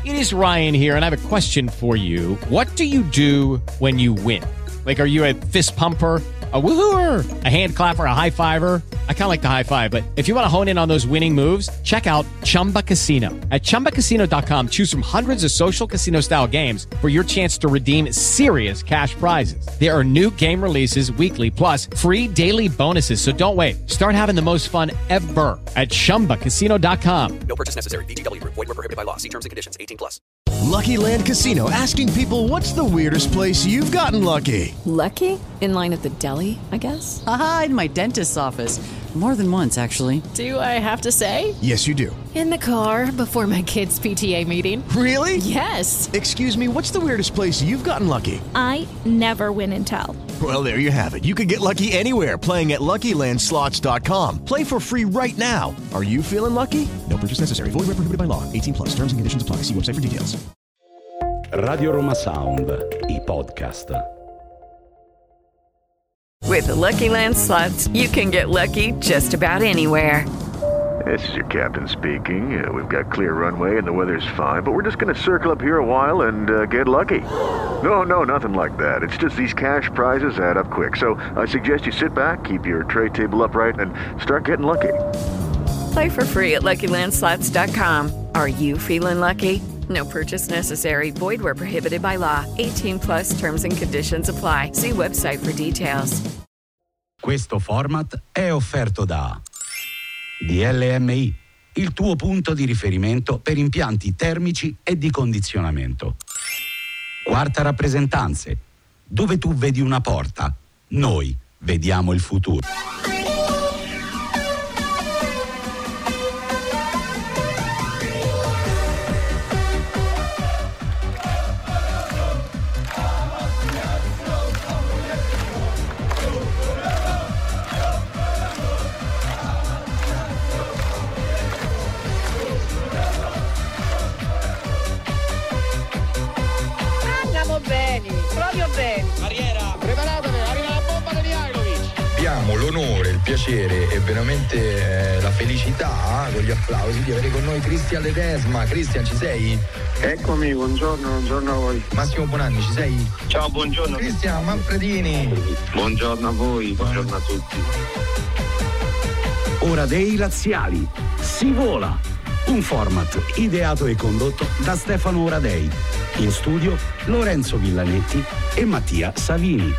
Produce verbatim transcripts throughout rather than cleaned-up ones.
It is Ryan here, and I have a question for you. What do you do when you win? Like, are you a fist pumper, a woohooer, a hand clapper, a high fiver? I kind of like the high five, but if you want to hone in on those winning moves, check out Chumba Casino. At chumba casino dot com, choose from hundreds of social casino style games for your chance to redeem serious cash prizes. There are new game releases weekly, plus free daily bonuses. So don't wait. Start having the most fun ever at chumba casino dot com. No purchase necessary. V G W Group. Void where prohibited by law. See terms and conditions. eighteen plus. Lucky Land Casino, asking people, what's the weirdest place you've gotten lucky? Lucky? In line at the deli, I guess? Aha, in my dentist's office. More than once, actually. Do I have to say? Yes, you do. In the car before my kids' P T A meeting. Really? Yes. Excuse me, what's the weirdest place you've gotten lucky? I never win and tell. Well, there you have it. You can get lucky anywhere, playing at lucky land slots dot com. Play for free right now. Are you feeling lucky? No purchase necessary. Void where prohibited by law. eighteen plus. Terms and conditions apply. See website for details. Radio Roma Sound, i podcast. With the Lucky Land Slots, you can get lucky just about anywhere. This is your captain speaking. Uh, we've got clear runway and the weather's fine, but we're just going to circle up here a while and uh, get lucky. No, no, nothing like that. It's just these cash prizes add up quick. So I suggest you sit back, keep your tray table upright, and start getting lucky. Play for free at lucky land slots dot com. Are you feeling lucky? No purchase necessary. Void where prohibited by law. eighteen plus terms and conditions apply. See website for details. Questo format è offerto da D L M I, il tuo punto di riferimento per impianti termici e di condizionamento. Quarta Rappresentanze, dove tu vedi una porta, noi vediamo il futuro. L'onore, il piacere e veramente eh, la felicità eh, con gli applausi di avere con noi Cristian Ledesma. Cristian, ci sei? Eccomi, buongiorno, buongiorno a voi. Massimo Bonanni, ci sei? Ciao, buongiorno. Cristian Manfredini. Buongiorno a voi, buongiorno a tutti. Ora dei laziali, si vola! Un format ideato e condotto da Stefano Oradei. In studio Lorenzo Villanetti e Mattia Savini.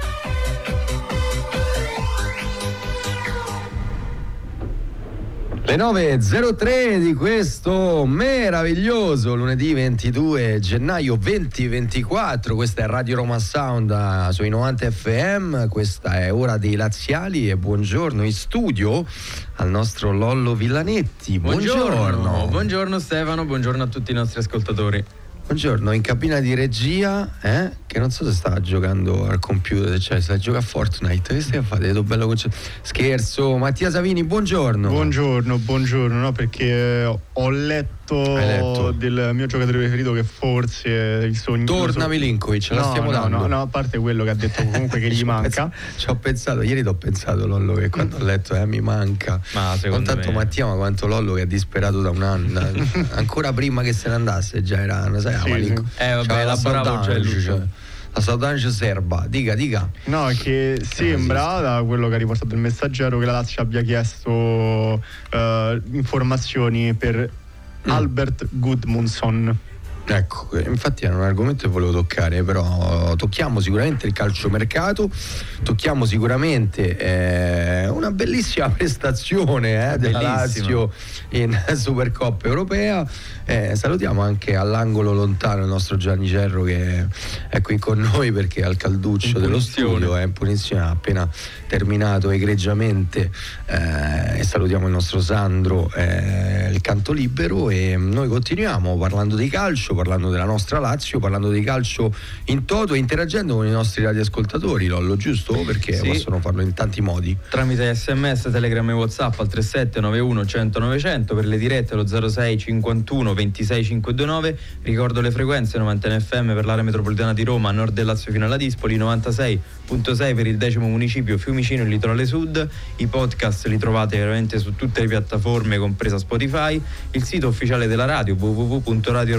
Le nove e zero tre di questo meraviglioso lunedì ventidue gennaio duemilaventiquattro. Questa è Radio Roma Sound sui novanta F M. Questa è Ora dei Laziali e buongiorno in studio al nostro Lollo Villanetti. Buongiorno. Buongiorno, buongiorno Stefano, buongiorno a tutti i nostri ascoltatori. Buongiorno, in cabina di regia, eh? Che non so se stava giocando al computer, cioè sta a giocare a Fortnite. Che stai a fare? Vedo bello conce- Scherzo. Mattia Savini, buongiorno. Buongiorno, buongiorno, no? Perché ho letto, letto del mio giocatore preferito che forse è il sogno. Torna so... Milinkovic, la no, stiamo no, dando. No, no, a parte quello che ha detto comunque che gli manca. Ci ho pensato, ieri ti ho pensato Lollo che quando ho letto eh, mi manca. Ma secondo tanto me... Mattia, ma quanto Lollo che è disperato da un anno. Ancora prima che se ne andasse già era, non sai, sì, sì. Eh vabbè, la bravo cioè, cioè, la Saudange serba, dica, dica. No, che sembra, da quello che ha riportato il Messaggero, che la Lazio abbia chiesto uh, informazioni per mm. Albert Gudmundsson. Ecco, infatti era un argomento che volevo toccare, però tocchiamo sicuramente il calciomercato, tocchiamo sicuramente eh, una bellissima prestazione eh, della Lazio in Supercoppa Europea. Eh, salutiamo anche all'angolo lontano il nostro Gianni Cerro che è qui con noi perché al calduccio dello studio è in punizione, ha appena terminato egregiamente eh, e salutiamo il nostro Sandro, eh, il canto libero, e noi continuiamo parlando di calcio, parlando della nostra Lazio, parlando di calcio in toto e interagendo con i nostri radioascoltatori, Lollo, giusto? Perché sì, possono farlo in tanti modi. Tramite sms, telegram e whatsapp al tre sette nove uno cento novecento, per le dirette allo zero sei cinquantuno ventisei cinquecentonovantanove. Ricordo le frequenze: novanta F M per l'area metropolitana di Roma, nord del Lazio fino alla Dispoli, novantasei virgola sei per il decimo municipio Fiumicino, il litorale sud. I podcast li trovate veramente su tutte le piattaforme, compresa Spotify. Il sito ufficiale della radio w w w punto radio roma sound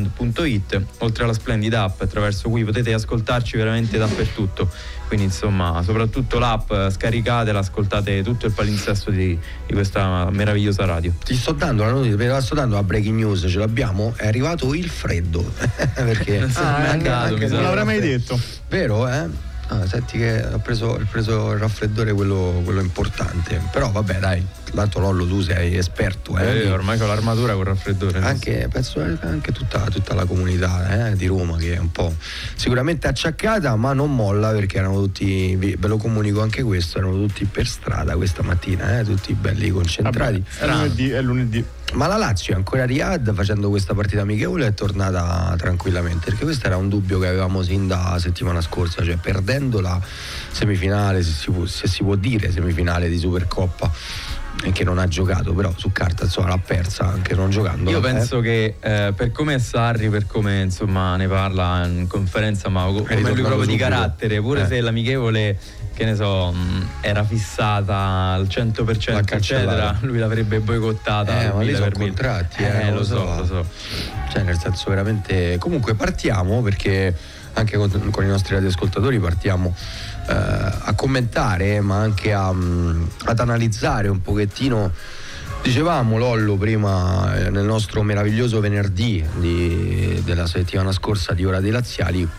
sound punto it, oltre alla splendida app attraverso cui potete ascoltarci veramente dappertutto. Quindi insomma, soprattutto l'app, scaricatela, ascoltate tutto il palinsesto di, di questa meravigliosa radio. Ti sto dando la notizia, sto dando la breaking news, ce l'abbiamo, è arrivato il freddo. Perché non, ah, anche, anche non l'avrei mai detto. Vero, eh? Ah, senti che ho preso, ho preso il raffreddore, quello, quello importante. Però vabbè, dai, tanto Lollo, tu sei esperto, eh, eh ormai con l'armatura con il raffreddore. Anche, penso anche tutta, tutta la comunità eh, di Roma, che è un po' sicuramente acciaccata, ma non molla, perché erano tutti, ve lo comunico anche questo, erano tutti per strada questa mattina, eh, tutti belli concentrati. Vabbè, è lunedì, è lunedì. Ma la Lazio è ancora a Riyadh facendo questa partita amichevole, è tornata tranquillamente, perché questo era un dubbio che avevamo sin da settimana scorsa, cioè perdendo la semifinale, se si può, se si può dire semifinale di Supercoppa, e che non ha giocato, però su carta insomma l'ha persa anche non giocando. Io eh. penso che eh, per come è Sarri, per come insomma ne parla in conferenza, ma come lui proprio subito di carattere, pure eh. se l'amichevole, che ne so, mh, era fissata al cento per cento eccetera, lui l'avrebbe boicottata. Eh, ma lì sono contratti, eh, eh, lo, lo so, so, lo so. Cioè nel senso veramente. Comunque partiamo, perché anche con, con i nostri radioascoltatori partiamo eh, a commentare, ma anche a, mh, ad analizzare un pochettino. Dicevamo, Lollo, prima eh, nel nostro meraviglioso venerdì di, della settimana scorsa di Ora dei Laziali,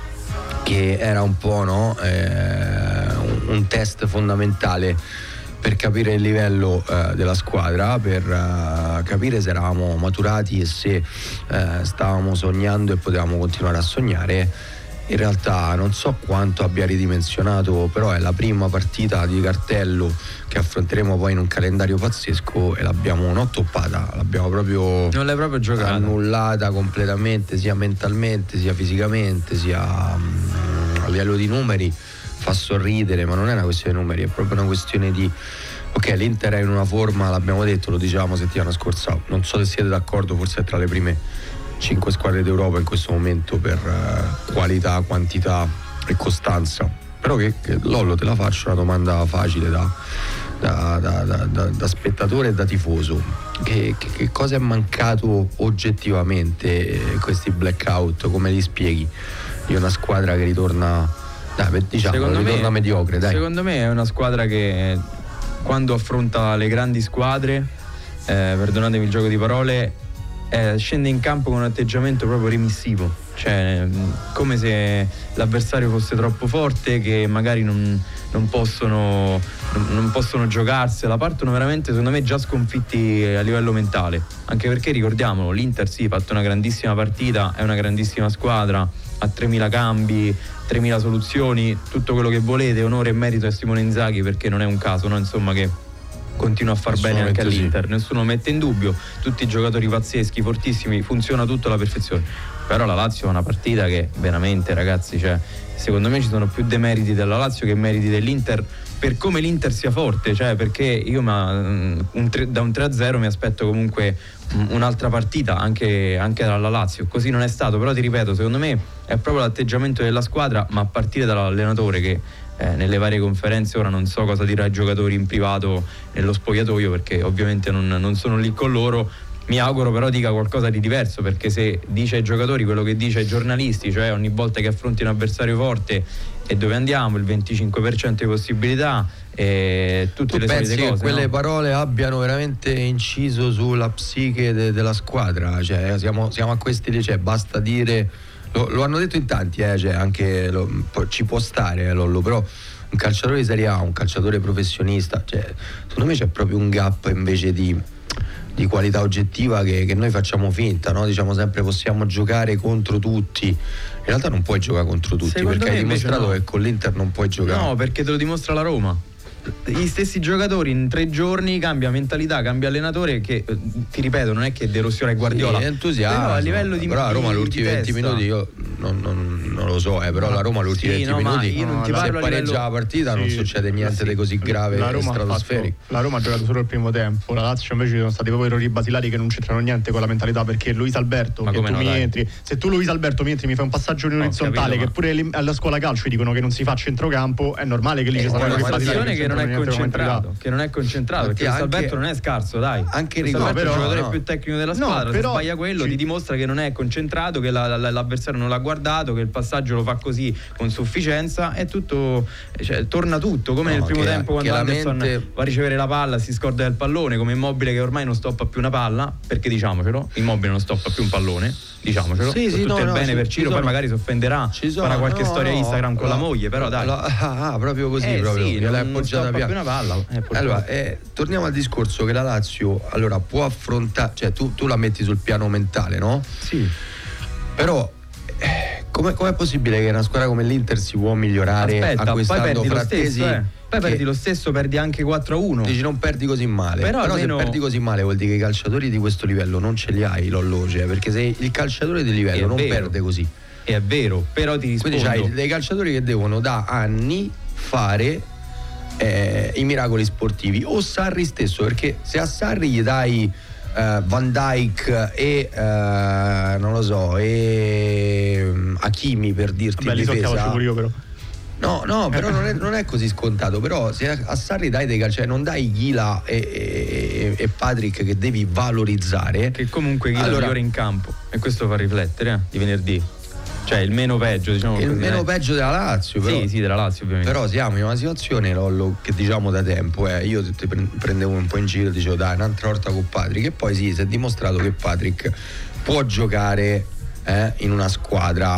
che era un po', no, eh, un test fondamentale per capire il livello eh, della squadra, per uh, capire se eravamo maturati e se eh, stavamo sognando e potevamo continuare a sognare. In realtà non so quanto abbia ridimensionato, però è la prima partita di cartello che affronteremo poi in un calendario pazzesco e l'abbiamo non toppata, l'abbiamo proprio non l'hai proprio giocata, annullata completamente, sia mentalmente sia fisicamente sia um, a livello di numeri. Fa sorridere, ma non è una questione di numeri, è proprio una questione di ok, l'Inter è in una forma, l'abbiamo detto, lo dicevamo settimana scorsa, non so se siete d'accordo, forse è tra le prime cinque squadre d'Europa in questo momento per uh, qualità, quantità e costanza. Però che, che Lollo, te la faccio una domanda facile da, da, da, da, da, da spettatore e da tifoso. Che, che, che cosa è mancato oggettivamente questi blackout? Come li spieghi di una squadra che ritorna, dai, diciamo, secondo ritorna me, mediocre, dai. Secondo me è una squadra che quando affronta le grandi squadre, eh, perdonatemi il gioco di parole, Eh, scende in campo con un atteggiamento proprio remissivo, cioè come se l'avversario fosse troppo forte, che magari non, non possono non, non possono giocarsela, partono veramente secondo me già sconfitti a livello mentale, anche perché ricordiamolo, l'Inter sì, ha fatto una grandissima partita, è una grandissima squadra, ha tremila cambi, tremila soluzioni, tutto quello che volete, onore e merito a Simone Inzaghi, perché non è un caso, no, insomma, che continua a far bene anche all'Inter, sì. Nessuno mette in dubbio, tutti i giocatori pazzeschi, fortissimi, funziona tutto alla perfezione. Però la Lazio è una partita che veramente, ragazzi, cioè, secondo me ci sono più demeriti della Lazio che meriti dell'Inter, per come l'Inter sia forte, cioè perché io ma, un tre, da un tre a zero mi aspetto comunque un'altra partita anche, anche dalla Lazio, così non è stato. Però ti ripeto, secondo me è proprio l'atteggiamento della squadra, ma a partire dall'allenatore che Eh, nelle varie conferenze, ora non so cosa dirà ai giocatori in privato nello spogliatoio, perché ovviamente non, non sono lì con loro, mi auguro però dica qualcosa di diverso, perché se dice ai giocatori quello che dice ai giornalisti, cioè ogni volta che affronti un avversario forte e dove andiamo, il venticinque per cento di possibilità e tutte tu le solite cose, che quelle no? parole abbiano veramente inciso sulla psiche de- della squadra, cioè siamo, siamo a questi, cioè basta dire. Lo, lo hanno detto in tanti, eh, cioè anche lo, ci può stare, eh, Lollo, però un calciatore di Serie A, un calciatore professionista, cioè, secondo me c'è proprio un gap invece di, di qualità oggettiva che, che noi facciamo finta, no? Diciamo sempre possiamo giocare contro tutti, in realtà non puoi giocare contro tutti, secondo perché hai dimostrato no. che con l'Inter non puoi giocare. No, perché te lo dimostra la Roma. Gli stessi giocatori in tre giorni cambia mentalità, cambia allenatore, che ti ripeto non è che De Rossi e Guardiola, sì, entusiasmo, però a livello di, però la Roma di, l'ultimi di venti testa. minuti io non, non, non lo so, eh, però no, la Roma l'ultimi sì, venti no, minuti io non ti no, parlo se pareggia livello... la partita sì, non succede niente sì. di così grave la e Roma stratosferico. Fatto, la Roma ha giocato solo il primo tempo, la Lazio invece ci sono stati proprio errori basilari che non c'entrano niente con la mentalità, perché Luis Alberto, ma che tu no, mi dai. entri, se tu Luis Alberto mi entri mi fai un passaggio in orizzontale, capito, che ma... pure alla scuola calcio dicono che non si fa a centrocampo, è normale che lì eh, ci saranno una errori basilari. che non è niente concentrato, che non è concentrato, perché anche, Alberto non è scarso, dai. Anche Questo Ricordo, Alberto è il però, giocatore no. più tecnico della No, squadra, però se sbaglia quello ci- ti dimostra che non è concentrato, che la, la, l'avversario non l'ha guardato, che il passaggio lo fa così con sufficienza, è tutto, cioè, torna tutto, come No, nel primo che- tempo quando che la Anderson mente- va a ricevere la palla, si scorda del pallone, come Immobile che ormai non stoppa più una palla, perché diciamocelo, Immobile non stoppa più un pallone, diciamocelo, Sì, sì, tutto no, il no, bene ci- per ci Ciro, poi sono- magari si offenderà, Ci sono- farà qualche no, storia no, Instagram con la no, moglie, però dai. la- ah, ah, proprio così, Eh, proprio, sì, che l'hai non- non appoggiata stoppa via. più una palla, eh, purtroppo. Allora, eh, torniamo al discorso che la Lazio allora può affrontare, cioè tu, tu la metti sul piano mentale, no? Sì. Però eh, com'è, com'è possibile che una squadra come l'Inter si può migliorare Aspetta, poi acquistando perdi lo Frattesi? stesso, eh. Poi che- perdi lo stesso, perdi anche quattro a uno. Dici non perdi così male, Però però, almeno- se perdi così male vuol dire che i calciatori di questo livello non ce li hai l'orologio, perché se il calciatore di livello È non vero. perde così. È vero, però ti rispondo. Quindi c'hai dei calciatori che devono da anni fare eh, i miracoli sportivi, o Sarri stesso, perché se a Sarri gli dai eh, Van Dijk e eh, non lo so, e mm, Hakimi, per dirti Vabbè, in li so difesa. chiamaci pure io però. No, no, però non è, non è così scontato. Però se a, a Sarri dai dei calciatori, non dai Ghila e, e, e Patrick che devi valorizzare, che comunque Ghila allora, migliore in campo, e questo fa riflettere eh, di venerdì. Cioè il meno peggio, diciamo il così, meno eh. peggio della Lazio, però. Sì, sì, della Lazio ovviamente. Però siamo in una situazione, Lollo, che diciamo da tempo, eh. Io ti pre- prendevo un po' in giro, dicevo dai, un'altra volta con Patrick, e poi sì, si è dimostrato che Patrick può giocare eh, in una squadra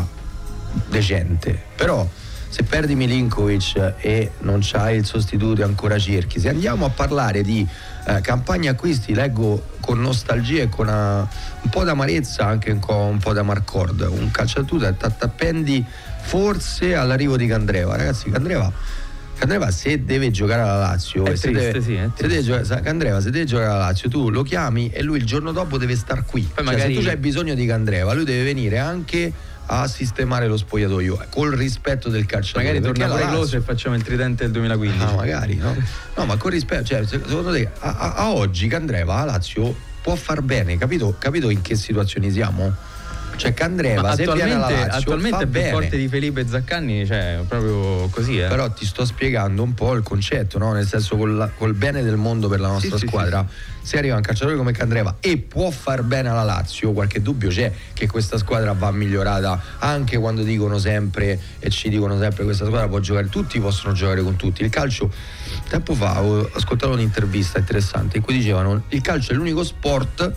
decente. Però se perdi Milinkovic e non c'hai il sostituto e ancora cerchi, se andiamo a parlare di eh, campagna acquisti, leggo con nostalgia e con una, un po' d'amarezza, anche un po', un po' da Marcord, un calciatore t'appendi forse all'arrivo di Candreva. Ragazzi, Candreva Candreva se deve giocare alla Lazio, È e se triste, deve, sì, è se deve giocare, Candreva se deve giocare alla Lazio, tu lo chiami e lui il giorno dopo deve star qui. Poi Cioè, magari- se tu c'hai bisogno di Candreva, lui deve venire anche a sistemare lo spogliatoio, eh, col rispetto del calciatore. Magari torna perché pure la Close Lazio- e facciamo il tridente del duemilaquindici. Ah, magari, no? No, ma con rispetto, cioè, se- secondo te a, a- a oggi Candreva a Lazio può far bene, capito, capito in che situazioni siamo? Cioè Candreva Ma se viene alla attualmente, Lazio attualmente fa è più bene. forte di Felipe Zaccagni, cioè proprio così, eh. Però ti sto spiegando un po' il concetto, no? Nel senso, col, la- col bene del mondo per la nostra Sì, sì, squadra, se arriva un calciatore come Candreva e può far bene alla Lazio, qualche dubbio c'è che questa squadra va migliorata, anche quando dicono sempre e ci dicono sempre che questa squadra può giocare, tutti possono giocare con tutti. Il calcio, tempo fa ho ascoltato un'intervista interessante in cui dicevano il calcio è l'unico sport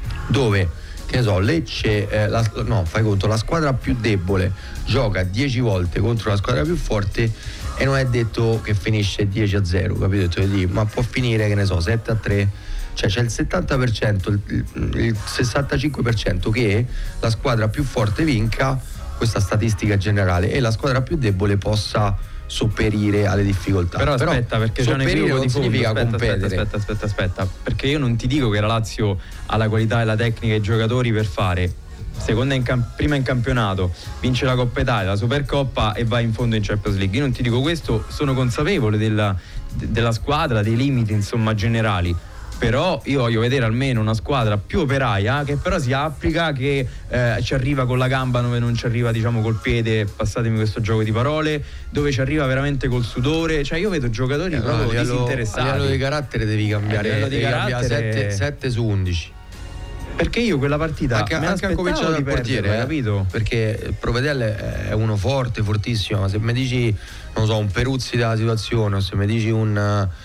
dove, che ne so, Lecce, eh, la, no, fai conto, la squadra più debole gioca dieci volte contro la squadra più forte e non è detto che finisce dieci a zero, capito? Ma può finire, che ne so, sette a tre. Cioè c'è il settanta per cento, il, il, il sessantacinque per cento che la squadra più forte vinca, questa statistica generale, e la squadra più debole possa sopperire alle difficoltà. Però aspetta, perché c'è un sopperire equivoco non di fondo. significa Aspetta, competere. aspetta, aspetta, aspetta, aspetta, perché io non ti dico che la Lazio ha la qualità e la tecnica e i giocatori per fare seconda in cam- prima in campionato, vince la Coppa Italia, la Supercoppa e va in fondo in Champions League. Io non ti dico questo, sono consapevole della, de- della squadra, dei limiti insomma generali. Però io voglio vedere almeno una squadra più operaia, che però si applica, che eh, ci arriva con la gamba dove non ci arriva, diciamo, col piede, passatemi questo gioco di parole, dove ci arriva veramente col sudore. Cioè io vedo giocatori Eh, proprio a livello, disinteressati. a livello di carattere devi cambiare, A livello di devi cambiare carattere- sette su undici. Perché io quella partita Anche, me anche ha l'aspettavo cominciato di dal portiere, perderla, eh, capito? perché Provedel è uno forte, fortissimo, ma se mi dici, non so, un Peruzzi della situazione, o se mi dici un,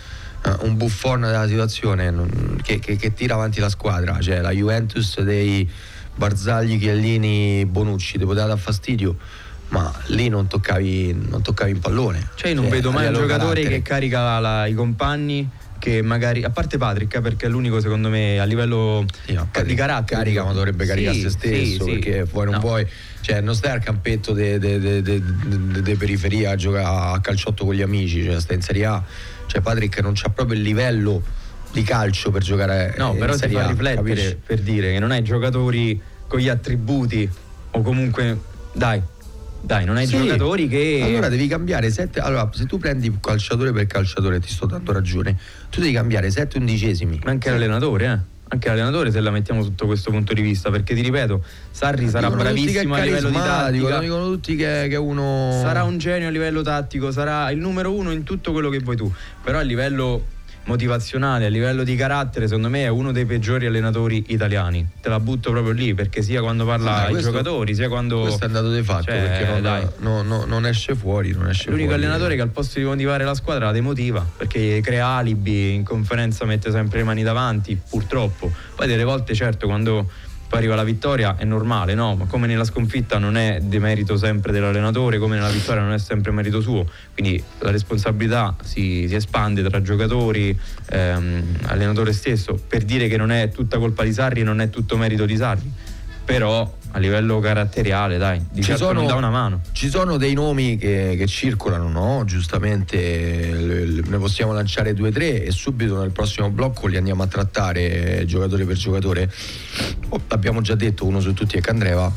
uh, un Buffon della situazione, non- che, che, che tira avanti la squadra, cioè la Juventus dei Barzagli, Chiellini, Bonucci, ti poteva dar fastidio, ma lì non toccavi, non toccavi in pallone. Cioè io non Cioè, vedo a mai un livello giocatore carattere. che carica la- i compagni, che magari, a parte Patrick, eh, perché è l'unico secondo me a livello Sì, no, ca- di carattere, carica, ma dovrebbe caricare Sì, se stesso, sì, sì. perché poi non No. puoi, cioè non stai al campetto de, de, de, de, de, de periferia a giocare a calciotto con gli amici, cioè stai in Serie A. Cioè Patrick non c'ha proprio il livello di calcio per giocare No, in però ti Serie fa A, riflettere, capisci? per dire che non hai giocatori con gli attributi, o comunque dai dai non hai Sì. giocatori che Allora devi cambiare sette. Allora, se tu prendi calciatore per calciatore, ti sto dando ragione, tu devi cambiare sette undicesimi. anche l'allenatore, eh anche l'allenatore, se la mettiamo sotto questo punto di vista, perché ti ripeto, Sarri sarà bravissimo a livello di tattica, dicono tutti che è uno, sarà un genio a livello tattico, sarà il numero uno in tutto quello che vuoi tu, però a livello motivazionale, a livello di carattere, secondo me è uno dei peggiori allenatori italiani. Te la butto proprio lì, perché sia quando parla ah, ai questo, giocatori, sia quando questo è andato di fatto, cioè, perché non, dai. No, no, non esce fuori, non esce l'unico fuori. allenatore che al posto di motivare la squadra la demotiva, perché crea alibi, in conferenza mette sempre le mani davanti, purtroppo. Poi delle volte, certo, quando poi arriva la vittoria è normale, no? Ma come nella sconfitta non è demerito sempre dell'allenatore, come nella vittoria non è sempre merito suo, quindi la responsabilità si, si espande tra giocatori, ehm, allenatore stesso, per dire che non è tutta colpa di Sarri, non è tutto merito di Sarri, però a livello caratteriale, dai, di certo sono, non dà una mano. Ci sono dei nomi che, che circolano, no? Giustamente le, le, ne possiamo lanciare due o tre e subito nel prossimo blocco li andiamo a trattare giocatore per giocatore. Oh, abbiamo già detto, uno su tutti è Candreva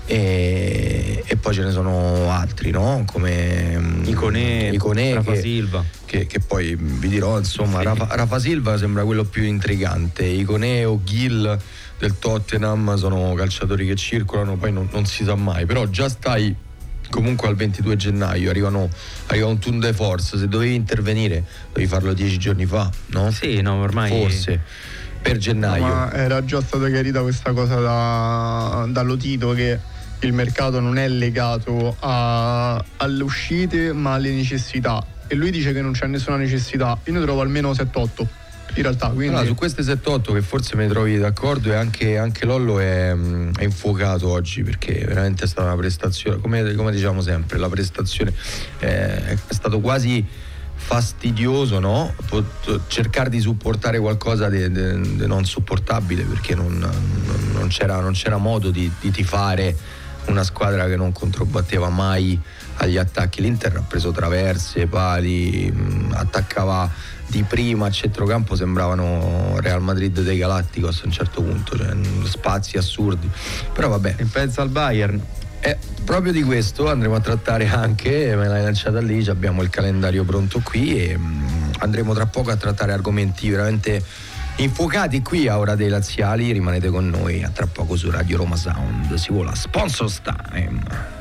e, e poi ce ne sono altri, no? Come Iconè, Iconè Rafa che, Silva che, che poi vi dirò, insomma, sì. Rafa, Rafa Silva sembra quello più intrigante. Iconè o Gil del Tottenham sono calciatori che circolano, poi non, non si sa mai, però già stai comunque al ventidue gennaio, arrivano, arriva un tour de force, se dovevi intervenire dovevi farlo dieci giorni fa, no? Sì, no, ormai forse per gennaio. No, ma era già stata chiarita questa cosa da, da Lotito, che il mercato non è legato a, alle uscite ma alle necessità, e lui dice che non c'è nessuna necessità. Io ne trovo almeno sette otto in realtà, quindi allora, su queste sette otto che forse me ne trovi d'accordo, e anche, anche Lollo è, è infuocato oggi, perché veramente è stata una prestazione, come, come diciamo sempre, la prestazione è, è stato quasi fastidioso, no? Pot- cercare di supportare qualcosa di non supportabile, perché non, non, non, c'era, non c'era modo di, di tifare una squadra che non controbatteva mai agli attacchi. L'Inter ha preso traverse, pali, mh, attaccava di prima, a centrocampo sembravano Real Madrid dei Galacticos a un certo punto, cioè spazi assurdi, però vabbè. E pensa al Bayern. Eh, proprio di questo andremo a trattare anche, me l'hai lanciata lì, abbiamo il calendario pronto qui e mh, andremo tra poco a trattare argomenti veramente infuocati qui a Ora dei Laziali. Rimanete con noi, a tra poco su Radio Roma Sound, si vola Sponsors Time.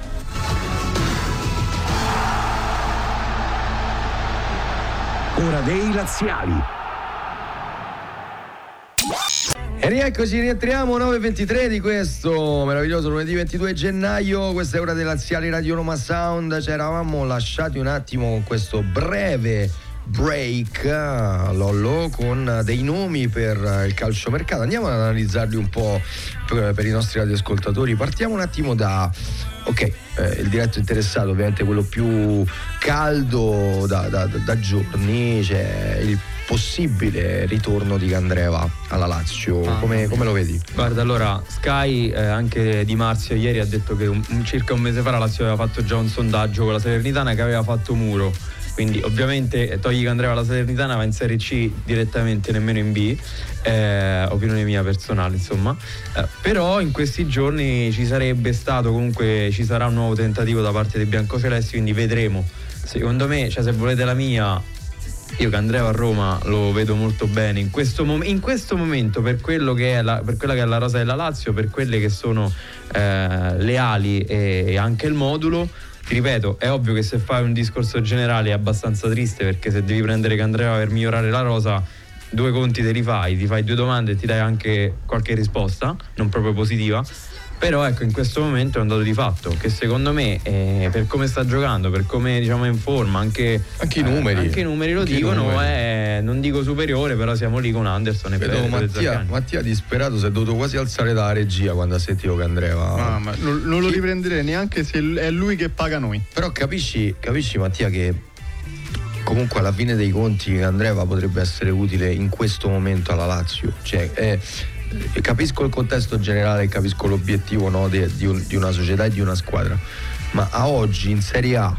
Ora dei Laziali. E rieccoci, rientriamo nove e ventitré di questo meraviglioso lunedì ventidue gennaio. Questa è Ora dei Laziali, Radio Roma Sound. Ci eravamo lasciati un attimo con questo breve break, Lollo, con dei nomi per il calciomercato. Andiamo ad analizzarli un po' per, per i nostri radioascoltatori. Partiamo un attimo da ok, eh, il diretto interessato, ovviamente quello più caldo da, da, da giorni, c'è il possibile ritorno di Candreva alla Lazio. Ah, come, come lo vedi? Guarda, allora Sky, eh, anche Di Marzio ieri ha detto che un, circa un mese fa la Lazio aveva fatto già un sondaggio con la Salernitana che aveva fatto muro, quindi ovviamente togli Candreva alla Salernitana, va in Serie C direttamente, nemmeno in B, eh, opinione mia personale insomma, eh, però in questi giorni ci sarebbe stato, comunque ci sarà un nuovo tentativo da parte dei biancocelesti, quindi vedremo. Secondo me, cioè, se volete la mia, io Candreva a Roma lo vedo molto bene in questo, mom- in questo momento, per quello che è la, per quella che è la rosa della Lazio, per quelle che sono eh, le ali e, e anche il modulo. Ti ripeto, è ovvio che se fai un discorso generale è abbastanza triste, perché se devi prendere Candreva per migliorare la rosa, due conti te li fai, ti fai due domande e ti dai anche qualche risposta non proprio positiva. Però ecco, in questo momento è un dato di fatto che secondo me, eh, per come sta giocando, per come diciamo è in forma, anche, anche i numeri, eh, anche i numeri lo anche dicono, numeri. È, non dico superiore, però siamo lì con Anderson e Vedo Mattia, Mattia disperato, si è dovuto quasi alzare dalla regia quando ha sentito Candreva. Ah, ma non, non lo riprenderei neanche se è lui che paga noi. Però capisci, capisci Mattia, che comunque alla fine dei conti Candreva potrebbe essere utile in questo momento alla Lazio, cioè è, capisco il contesto generale, capisco l'obiettivo, no, di, di, un, di una società e di una squadra, ma a oggi in Serie A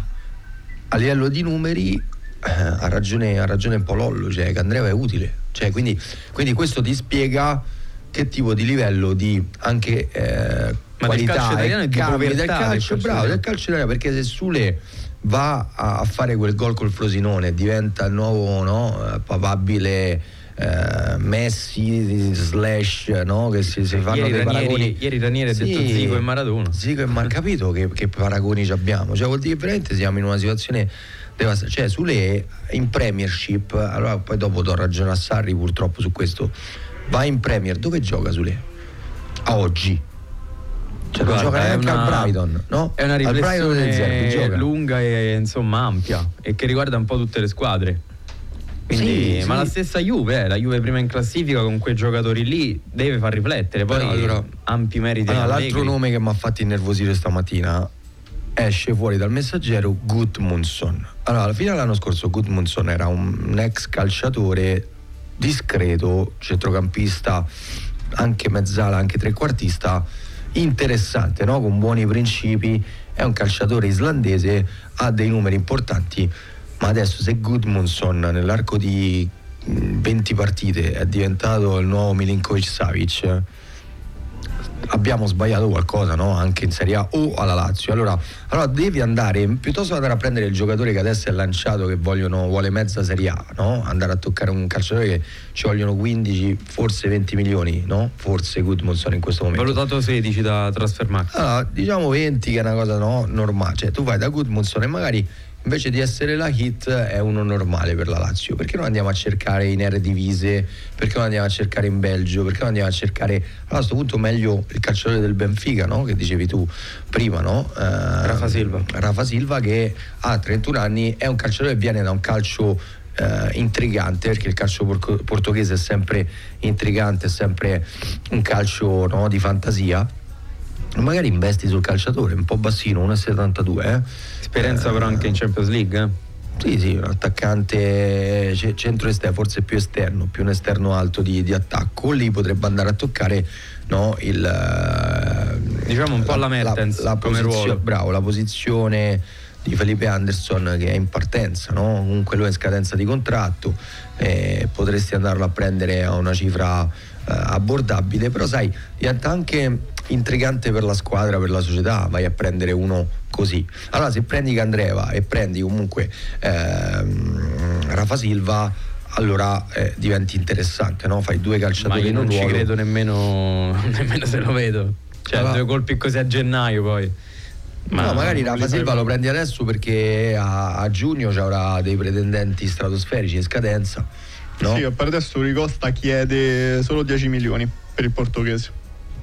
a livello di numeri eh, ha ragione ha ragione un po' Lollo, cioè Candreva è utile, cioè, quindi, quindi questo ti spiega che tipo di livello di anche eh, ma qualità del calcio italiano e è di cambi povertà, del calcio, del calcio bravo, del calcio italiano, perché se Sule va a fare quel gol col Frosinone, diventa il nuovo, no, papabile eh, Messi slash, no? Che si, si fanno ieri dei Ranieri, paragoni. Ieri Ranieri ha Sì, detto Zico e Maradona. Zico e Maradona, capito che, che paragoni ci abbiamo? Cioè vuol dire che veramente siamo in una situazione devastante. Cioè Sule in Premiership, allora poi dopo do ragione a Sarri purtroppo su questo, va in Premier, dove gioca Sule? A oggi? Cioè non gioca neanche una, al Brighton, no? È una Al Brighton del Zerbi riflessione gioca. lunga e insomma ampia e che riguarda un po' tutte le squadre. Quindi, Sì, ma sì. la stessa Juve, eh, la Juve prima in classifica con quei giocatori lì deve far riflettere. Poi Però, allora, ampi meriti. allora, Allegri. l'altro nome che mi ha fatto innervosire stamattina, esce fuori dal Messaggero Gudmundsson. Allora, alla fine dell'anno scorso Gudmundsson era un, un ex calciatore discreto, centrocampista, anche mezzala, anche trequartista, interessante, no? Con buoni principi, è un calciatore islandese, ha dei numeri importanti, ma adesso se Gudmundsson nell'arco di venti partite è diventato il nuovo Milinkovic Savic, abbiamo sbagliato qualcosa, no? Anche in Serie A o alla Lazio. Allora, allora devi andare, piuttosto che andare a prendere il giocatore che adesso è lanciato, che vogliono, vuole mezza Serie A, no? Andare a toccare un calciatore che ci vogliono quindici, forse venti milioni, no? Forse Gudmundsson in questo momento. Valutato sedici da Transfermarkt. Allora, diciamo venti, che è una cosa, no, normale. Cioè tu vai da Gudmundsson e magari invece di essere la hit è uno normale per la Lazio. Perché non andiamo a cercare in Eredivisie? Perché non andiamo a cercare in Belgio? Perché non andiamo a cercare, allora, a questo punto meglio il calciatore del Benfica, no? Che dicevi tu prima, no? Eh, Rafa Silva. Rafa Silva, che ha trentuno anni, è un calciatore che viene da un calcio eh, intrigante, perché il calcio por- portoghese è sempre intrigante, è sempre un calcio, no, di fantasia. Magari investi sul calciatore un po' bassino, uno virgola settantadue, eh? Esperienza eh, però anche in Champions League, eh? Sì, sì, un attaccante c- centro esterno, forse più esterno, più un esterno alto di, di attacco. Lì potrebbe andare a toccare, no, il diciamo un po' la Mertens la, la come posizio- ruolo. bravo, la posizione di Felipe Anderson, che è in partenza, no? Comunque lui è in scadenza di contratto, eh, potresti andarlo a prendere a una cifra eh, abbordabile, però sai, diventa anche intrigante per la squadra, per la società, vai a prendere uno così. Allora se prendi Candreva e prendi comunque ehm, Rafa Silva, allora eh, diventi interessante, no? Fai due Ma calciatori io in non un ci ruolo. credo nemmeno nemmeno se lo vedo. Cioè Allora- due colpi così a gennaio poi. Ma no, magari non Rafa li Silva fai lo proprio. prendi adesso perché a, a giugno ci avrà dei pretendenti stratosferici in scadenza, no? Sì, a parte adesso Ricosta chiede solo dieci milioni per il portoghese.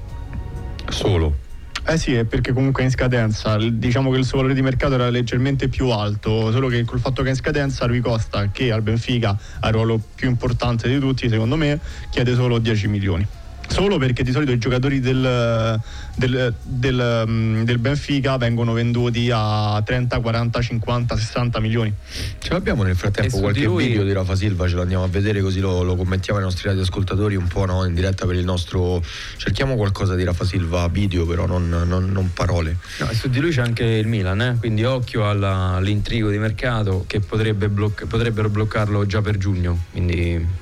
Solo. Eh sì, è perché comunque è in scadenza. Il- Diciamo che il suo valore di mercato era leggermente più alto, solo che col fatto che è in scadenza Rui Costa, che al Benfica ha il ruolo più importante di tutti, secondo me, chiede solo dieci milioni. Solo perché di solito i giocatori del, del, del, um, del Benfica vengono venduti a trenta, quaranta, cinquanta, sessanta milioni. Ce l'abbiamo nel E frattempo su qualche di lui- video di Rafa Silva, ce lo andiamo a vedere così lo, lo commentiamo ai nostri radioascoltatori un po', no? In diretta per il nostro. Cerchiamo qualcosa di Rafa Silva video, però non, non, non parole. No, e su di lui c'è anche il Milan, eh? Quindi occhio alla- all'intrigo di mercato che potrebbe bloc- potrebbero bloccarlo già per giugno. Quindi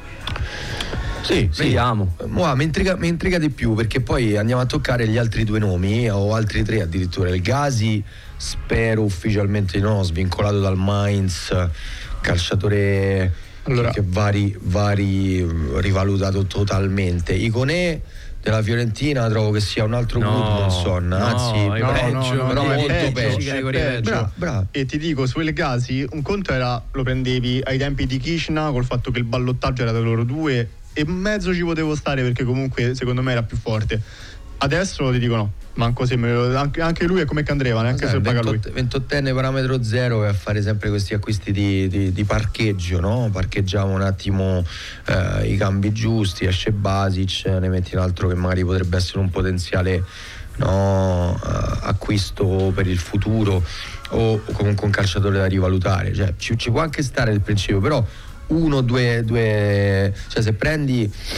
Sì, vediamo. Sì. Mua, mi, intriga, mi intriga di più, perché poi andiamo a toccare gli altri due nomi, o altri tre addirittura. Il Gasi, spero ufficialmente di no, svincolato dal Mainz, calciatore Allora- che vari, vari rivalutato totalmente. Iconè della Fiorentina trovo che sia un altro No, Gudmundsson, no, anzi è no, peggio, no, no, però no, è molto peggio, peggio. ci categoria Eh, peggio. bra- bra- E ti dico, su El Ghazi, un conto era, lo prendevi ai tempi di Kishna, col fatto che il ballottaggio era tra loro due, e mezzo ci potevo stare perché comunque secondo me era più forte. Adesso ti dico no, manco se me lo, anche, anche lui è come Candreva, neanche se lo paga lui. ventottenne parametro zero, e a fare sempre questi acquisti di, di, di parcheggio, no? Parcheggiamo un attimo eh, i cambi giusti, esce Basic, ne metti un altro che magari potrebbe essere un potenziale, no, eh, acquisto per il futuro, o, o comunque un calciatore da rivalutare. Cioè, ci, ci può anche stare il principio, però uno, due, due, cioè se prendi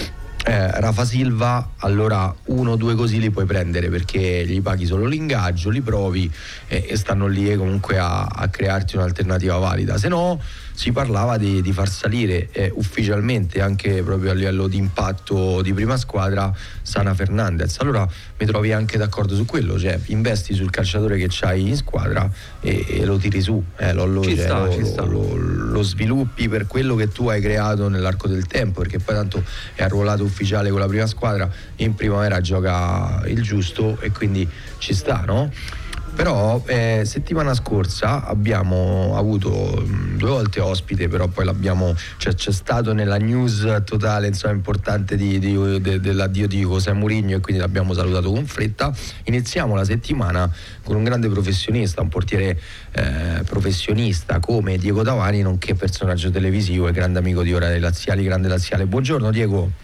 eh, Rafa Silva, allora uno o due così li puoi prendere, perché gli paghi solo l'ingaggio, li provi eh, e stanno lì eh, comunque a, a crearti un'alternativa valida. Se no si parlava di, di far salire eh, ufficialmente, anche proprio a livello di impatto di prima squadra, Sana Fernandez. Allora mi trovi anche d'accordo su quello, cioè investi sul calciatore che c'hai in squadra e, e lo tiri su, eh, lo, lo, ci cioè, sta, lo, ci sta. lo, lo sviluppi per quello che tu hai creato nell'arco del tempo, perché poi tanto è arruolato ufficiale con la prima squadra, in primavera gioca il giusto e quindi ci sta, no? Però eh, settimana scorsa abbiamo avuto mh, due volte ospite, però poi l'abbiamo, cioè, c'è stato nella news totale, insomma, importante di, di, de, dell'addio di José Mourinho, e quindi l'abbiamo salutato con fretta. Iniziamo la settimana con un grande professionista, un portiere eh, professionista come Diego Tavani, nonché personaggio televisivo e grande amico di Ora dei Laziali, grande laziale. Buongiorno Diego.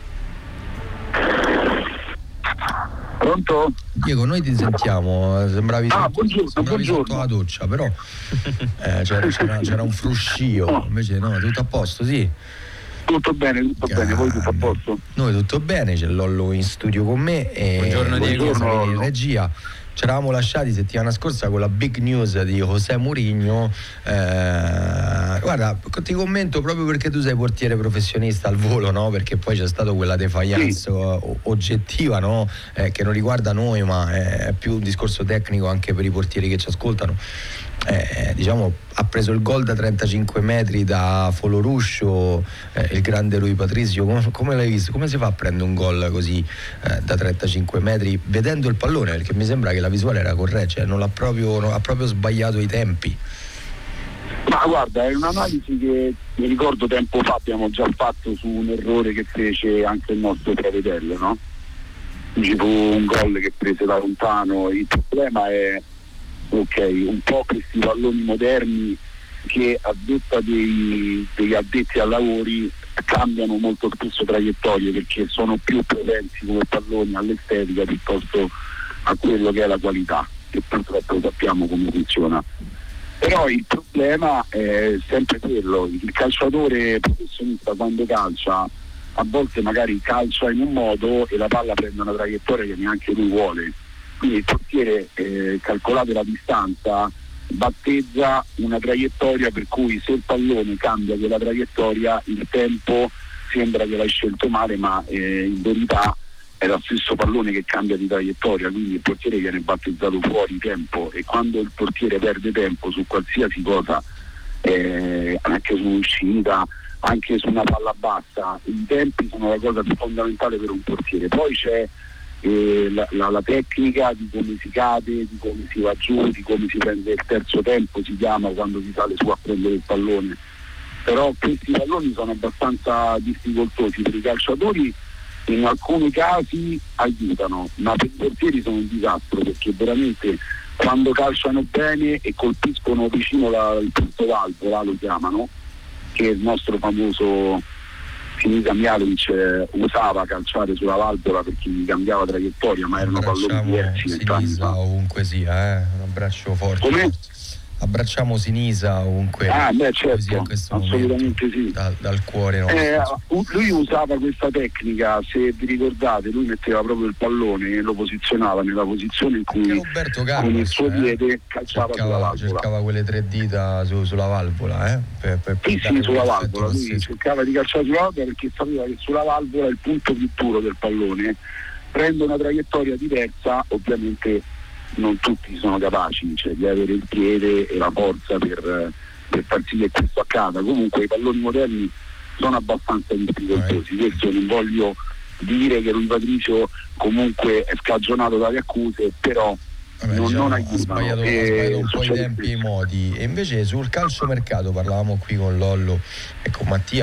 Pronto? Diego, noi ti sentiamo, sembravi, ah, sotto, buongiorno, sembravi buongiorno. sotto la doccia, però eh, c'era, c'era, c'era un fruscio, invece no, tutto a posto, sì. Tutto bene, tutto Grande. bene, voi tutto a posto? Noi tutto bene, c'è Lollo in studio con me e Buongiorno, Diego. Buongiorno, in regia. Ci eravamo lasciati settimana scorsa con la big news di José Mourinho. Eh, guarda, ti commento proprio perché tu sei portiere professionista al volo, no? Perché poi c'è stata quella defiance sì. oggettiva, no? Eh, che non riguarda noi, ma è più un discorso tecnico anche per i portieri che ci ascoltano. Eh, diciamo, ha preso il gol da trentacinque metri da Foloruscio, eh, il grande Rui Patricio. Come, come l'hai visto? Come si fa a prendere un gol così eh, da trentacinque metri vedendo il pallone? Perché mi sembra che la visuale era corretta, cioè non l'ha proprio, non, ha proprio sbagliato i tempi. Ma guarda, è un'analisi che mi ricordo tempo fa abbiamo già fatto su un errore che fece anche il nostro fratello, no? Ci fu un gol che prese da lontano. Il problema è ok, un po' questi palloni moderni che a detta dei, degli addetti ai lavori cambiano molto spesso traiettorie, perché sono più propensi come palloni all'estetica piuttosto a quello che è la qualità, che purtroppo sappiamo come funziona. Però il problema è sempre quello: il calciatore professionista quando calcia a volte magari calcia in un modo e la palla prende una traiettoria che neanche lui vuole. Quindi il portiere, eh, calcolate la distanza, battezza una traiettoria per cui se il pallone cambia quella traiettoria, il tempo sembra che l'hai scelto male, ma eh, in verità è lo stesso pallone che cambia di traiettoria, quindi il portiere viene battezzato fuori tempo, e quando il portiere perde tempo su qualsiasi cosa, eh, anche su un'uscita, anche su una palla bassa, i tempi sono la cosa più fondamentale per un portiere. Poi c'è Eh, la, la, la tecnica di come si cade, di come si va giù, di come si prende il terzo tempo, si chiama quando si sale su a prendere il pallone. Però questi palloni sono abbastanza difficoltosi per i calciatori, in alcuni casi aiutano, ma per i portieri sono un disastro, perché veramente quando calciano bene e colpiscono vicino la, il punto valvola, lo chiamano, che è il nostro famoso Sinisa Mihajlovic usava calciare sulla valvola perché gli cambiava traiettoria, ma erano palloni diversi. Sinisa ovunque sia, eh? Un abbraccio forte. Come? Abbracciamo Sinisa ovunque. Ah, beh, certo, sia in questo assolutamente momento, sì. Dal, dal cuore nostro. Eh, lui usava questa tecnica, se vi ricordate, lui metteva proprio il pallone e lo posizionava nella posizione in cui Roberto Carlos, con il suo eh? piede calciava cercava, sulla valvola. Cercava quelle tre dita su, sulla valvola, eh? Per, per, per sì, sì, sulla valvola. Lui cercava di calciare sulla valvola perché sapeva che sulla valvola il punto più duro del pallone prende una traiettoria diversa. Ovviamente non tutti sono capaci, cioè, di avere il piede e la forza per, per far sì che questo accada. Comunque i palloni moderni sono abbastanza difficoltosi. Questo non voglio dire che Rui Patricio comunque è scagionato dalle accuse, però Vabbè, non, diciamo, non ha sbagliato, ha sbagliato un po' i tempi e i modi. E invece sul calciomercato parlavamo qui con Lollo e con Mattia.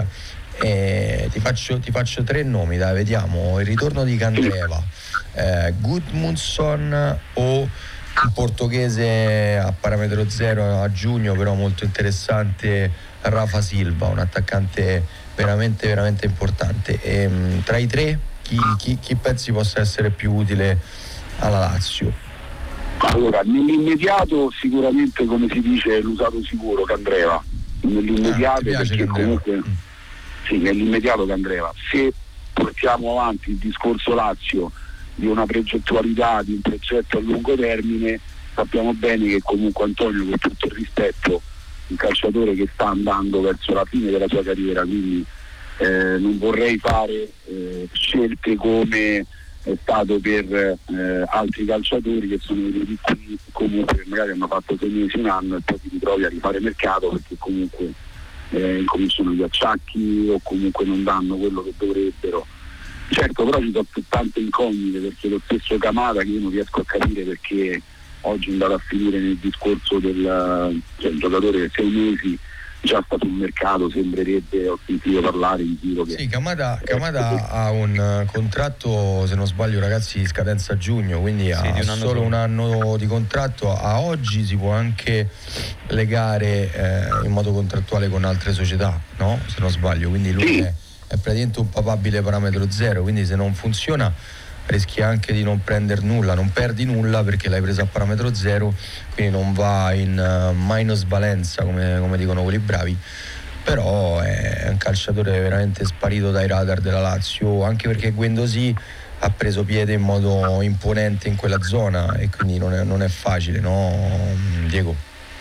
Eh, ti, faccio, ti faccio tre nomi, dai, vediamo. Il ritorno di Candreva, eh, Gudmundsson o un portoghese a parametro zero a giugno, però molto interessante, Rafa Silva, un attaccante veramente veramente importante. E, mh, tra i tre chi, chi, chi pensi possa essere più utile alla Lazio? Allora, nell'immediato sicuramente, come si dice, l'usato sicuro Candreva, nell'immediato, ah, perché Candreva. comunque sì, nell'immediato Candreva. Se portiamo avanti il discorso Lazio di una progettualità, di un progetto a lungo termine, sappiamo bene che comunque Antonio, con tutto il rispetto, un calciatore che sta andando verso la fine della sua carriera, quindi eh, non vorrei fare eh, scelte come è stato per eh, altri calciatori che sono venuti qui comunque magari hanno fatto sei mesi, un anno e poi ti ritrovi a rifare mercato perché comunque eh, incominciano gli acciacchi o comunque non danno quello che dovrebbero. Certo, però ci sono più tante incognite, perché lo stesso Kamada, che io non riesco a capire perché oggi è andato a finire nel discorso del cioè, il giocatore che sei mesi già sta sul mercato, sembrerebbe, ho sentito parlare in giro che sì, Kamada, Kamada ha un uh, contratto, se non sbaglio ragazzi, di scadenza a giugno, quindi sì, ha un solo solo un anno di contratto. A oggi si può anche legare eh, in modo contrattuale con altre società, no? Se non sbaglio, quindi lui sì. è, è praticamente un papabile parametro zero, quindi se non funziona rischi anche di non prendere nulla, non perdi nulla perché l'hai presa a parametro zero, quindi non va in uh, minus valenza come, come dicono quelli bravi, però è un calciatore veramente sparito dai radar della Lazio, anche perché Guendouzi ha preso piede in modo imponente in quella zona e quindi non è, non è facile, no Diego?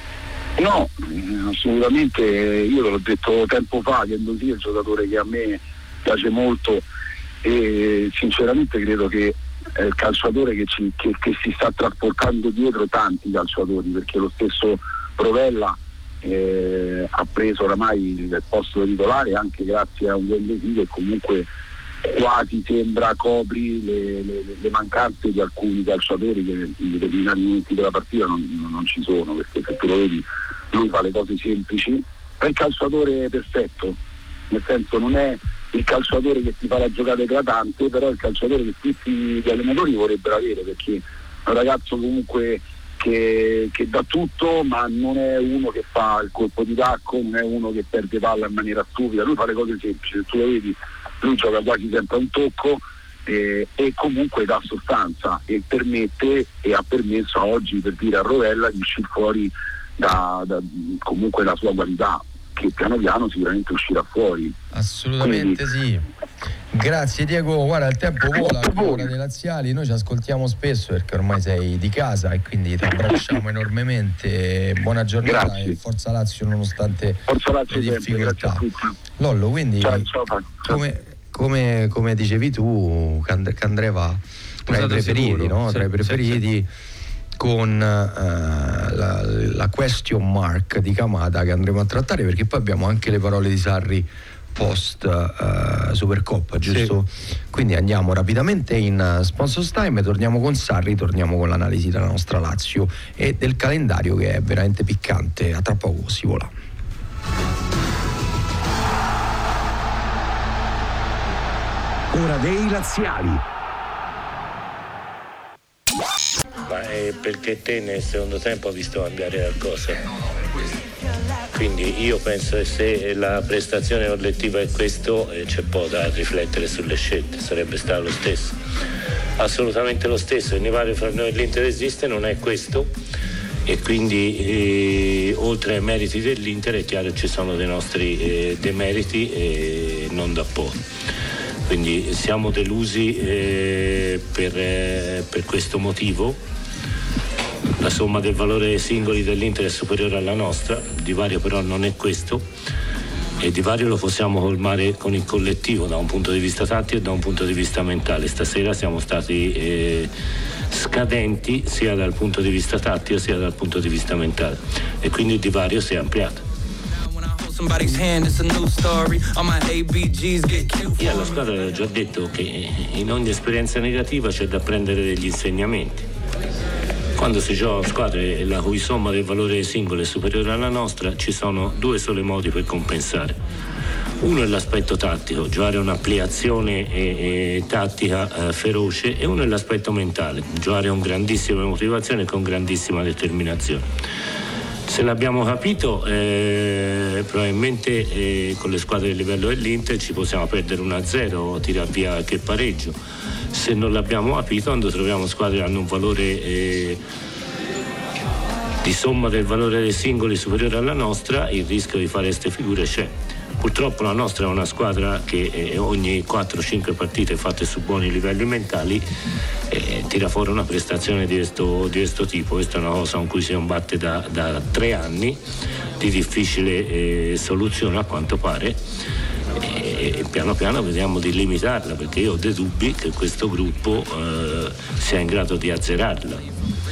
No, assolutamente, io l'ho detto tempo fa, Guendouzi è un giocatore che a me piace molto e sinceramente credo che è il calciatore che, ci, che, che si sta trasportando dietro tanti calciatori, perché lo stesso Provella eh, ha preso oramai il posto titolare anche grazie a un Guendouzi che comunque quasi sembra copri le, le, le mancanze di alcuni calciatori che in determinati momenti della partita non, non ci sono, perché se tu lo vedi lui fa le cose semplici, è il calciatore perfetto, nel senso non è il calciatore che ti fa la giocata eclatante, però è il calciatore che tutti gli allenatori vorrebbero avere, perché è un ragazzo comunque che, che dà tutto, ma non è uno che fa il colpo di tacco, non è uno che perde palla in maniera stupida, lui fa le cose semplici, se tu lo vedi lui gioca quasi sempre a un tocco eh, e comunque dà sostanza e permette e ha permesso oggi, per dire, a Rovella di uscire fuori da, da comunque la sua qualità, che piano piano sicuramente uscirà fuori. Assolutamente. Quindi, sì. Grazie Diego, guarda il tempo vola, ora dei laziali, noi ci ascoltiamo spesso perché ormai sei di casa e quindi ti abbracciamo enormemente, buona giornata. Grazie. E forza Lazio nonostante forza Lazio le difficoltà. Lollo, quindi ciao, ciao, ciao. Come, come, come dicevi tu, Candreva tra i preferiti, no? Tra sì, i preferiti sì, sì. Con uh, la, la question mark di Kamada che andremo a trattare, perché poi abbiamo anche le parole di Sarri post uh, Supercoppa, giusto? Sì. Quindi andiamo rapidamente in Sponsors Time, torniamo con Sarri, torniamo con l'analisi della nostra Lazio e del calendario che è veramente piccante. A tra poco si vola. Ora dei laziali. Ma è perché te nel secondo tempo hai visto cambiare qualcosa, quindi io penso che se la prestazione collettiva è questo eh, c'è poco da riflettere sulle scelte, sarebbe stato lo stesso, assolutamente lo stesso. Il divario fra noi e l'Inter esiste, non è questo, e quindi eh, oltre ai meriti dell'Inter è chiaro che ci sono dei nostri eh, demeriti e non da poco. Quindi siamo delusi eh, per, eh, per questo motivo. La somma del valore dei singoli dell'Inter è superiore alla nostra, il divario però non è questo, e il divario lo possiamo colmare con il collettivo da un punto di vista tattico e da un punto di vista mentale. Stasera siamo stati eh, scadenti sia dal punto di vista tattico sia dal punto di vista mentale, e quindi il divario si è ampliato. Io alla squadra ho già detto che in ogni esperienza negativa c'è da prendere degli insegnamenti. Quando si gioca a squadre la cui somma del valore singolo è superiore alla nostra, ci sono due soli modi per compensare. Uno è l'aspetto tattico, giocare un'ampliazione e, e tattica eh, feroce, e uno è l'aspetto mentale, giocare con grandissima motivazione e con grandissima determinazione. Se l'abbiamo capito, eh, probabilmente eh, con le squadre del livello dell'Inter ci possiamo perdere uno a zero, tirare via qualche pareggio. Se non l'abbiamo capito, quando troviamo squadre che hanno un valore eh, di somma del valore dei singoli superiore alla nostra, il rischio di fare queste figure c'è. Purtroppo la nostra è una squadra che eh, ogni quattro cinque partite fatte su buoni livelli mentali eh, tira fuori una prestazione di questo, di questo tipo. Questa è una cosa con cui si combatte da, da tre anni, di difficile eh, soluzione a quanto pare, e, e piano piano vediamo di limitarla, perché io ho dei dubbi che questo gruppo eh, sia in grado di azzerarla.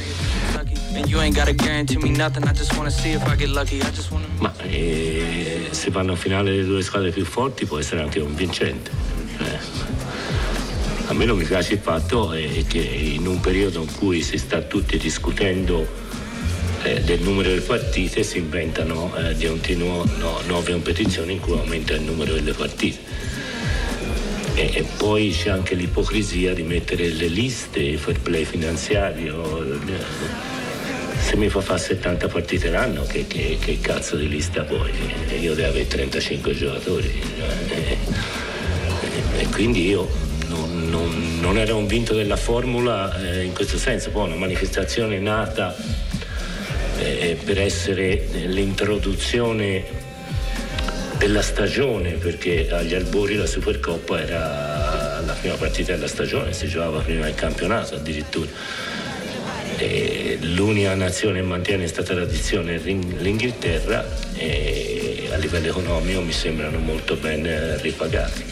Ma eh, se vanno a finale le due squadre più forti può essere anche un vincente. Eh. A me non mi piace il fatto eh, che in un periodo in cui si sta tutti discutendo eh, del numero delle partite si inventano eh, di continuo no, nuove competizioni in cui aumenta il numero delle partite. E, e poi c'è anche l'ipocrisia di mettere le liste, il fair play finanziario. Se mi fa fare settanta partite l'anno, che, che, che cazzo di lista poi? Io devo avere trentacinque giocatori. E, e quindi io non, non, non ero convinto della formula eh, in questo senso. Poi una manifestazione nata eh, per essere l'introduzione della stagione, perché agli albori la Supercoppa era la prima partita della stagione, si giocava prima del campionato addirittura. E l'unica nazione che mantiene questa tradizione è l'Inghilterra, e a livello economico mi sembrano molto ben ripagati.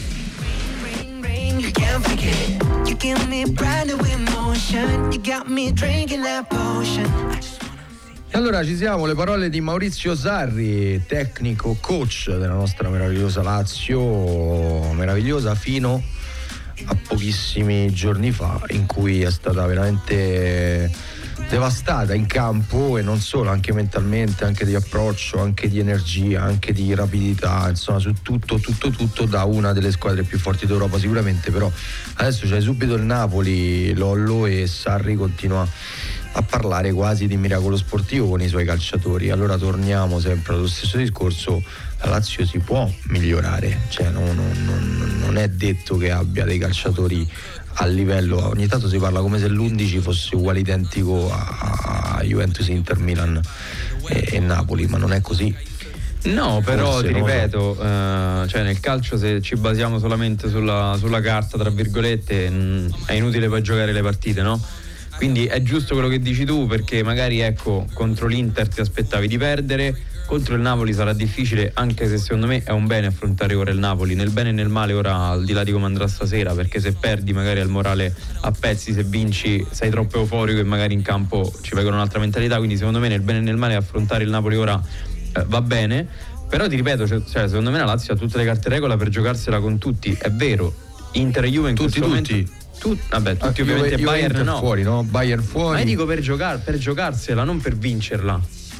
E allora ci siamo, le parole di Maurizio Sarri, tecnico coach della nostra meravigliosa Lazio, meravigliosa fino a pochissimi giorni fa, in cui è stata veramente devastata in campo, e non solo, anche mentalmente, anche di approccio, anche di energia, anche di rapidità, insomma su tutto tutto tutto da una delle squadre più forti d'Europa sicuramente. Però adesso c'è subito il Napoli, Lollo, e Sarri continua a parlare quasi di miracolo sportivo con i suoi calciatori. Allora torniamo sempre allo stesso discorso: la Lazio si può migliorare, cioè non, non, non è detto che abbia dei calciatori a livello, ogni tanto si parla come se l'undici fosse uguale identico a, a Juventus, Inter, Milan e, e Napoli, ma non è così. No, però Forse, ti no, ripeto, eh, cioè nel calcio se ci basiamo solamente sulla, sulla carta, tra virgolette, mh, è inutile poi giocare le partite, no? Quindi è giusto quello che dici tu, perché magari ecco contro l'Inter ti aspettavi di perdere, contro il Napoli sarà difficile, anche se secondo me è un bene affrontare ora il Napoli, nel bene e nel male, ora al di là di come andrà stasera, perché se perdi magari al morale a pezzi, se vinci sei troppo euforico e magari in campo ci vengono un'altra mentalità. Quindi secondo me nel bene e nel male affrontare il Napoli ora eh, va bene, però ti ripeto, cioè, cioè, secondo me la Lazio ha tutte le carte regola per giocarsela con tutti. È vero, Inter e Juve in tutti, questo tutti. momento tu, vabbè, tutti ah, ovviamente, Juve, Bayern Inter no. fuori, no? Bayern fuori. Ma io dico per giocare, per giocarsela, non per vincerla.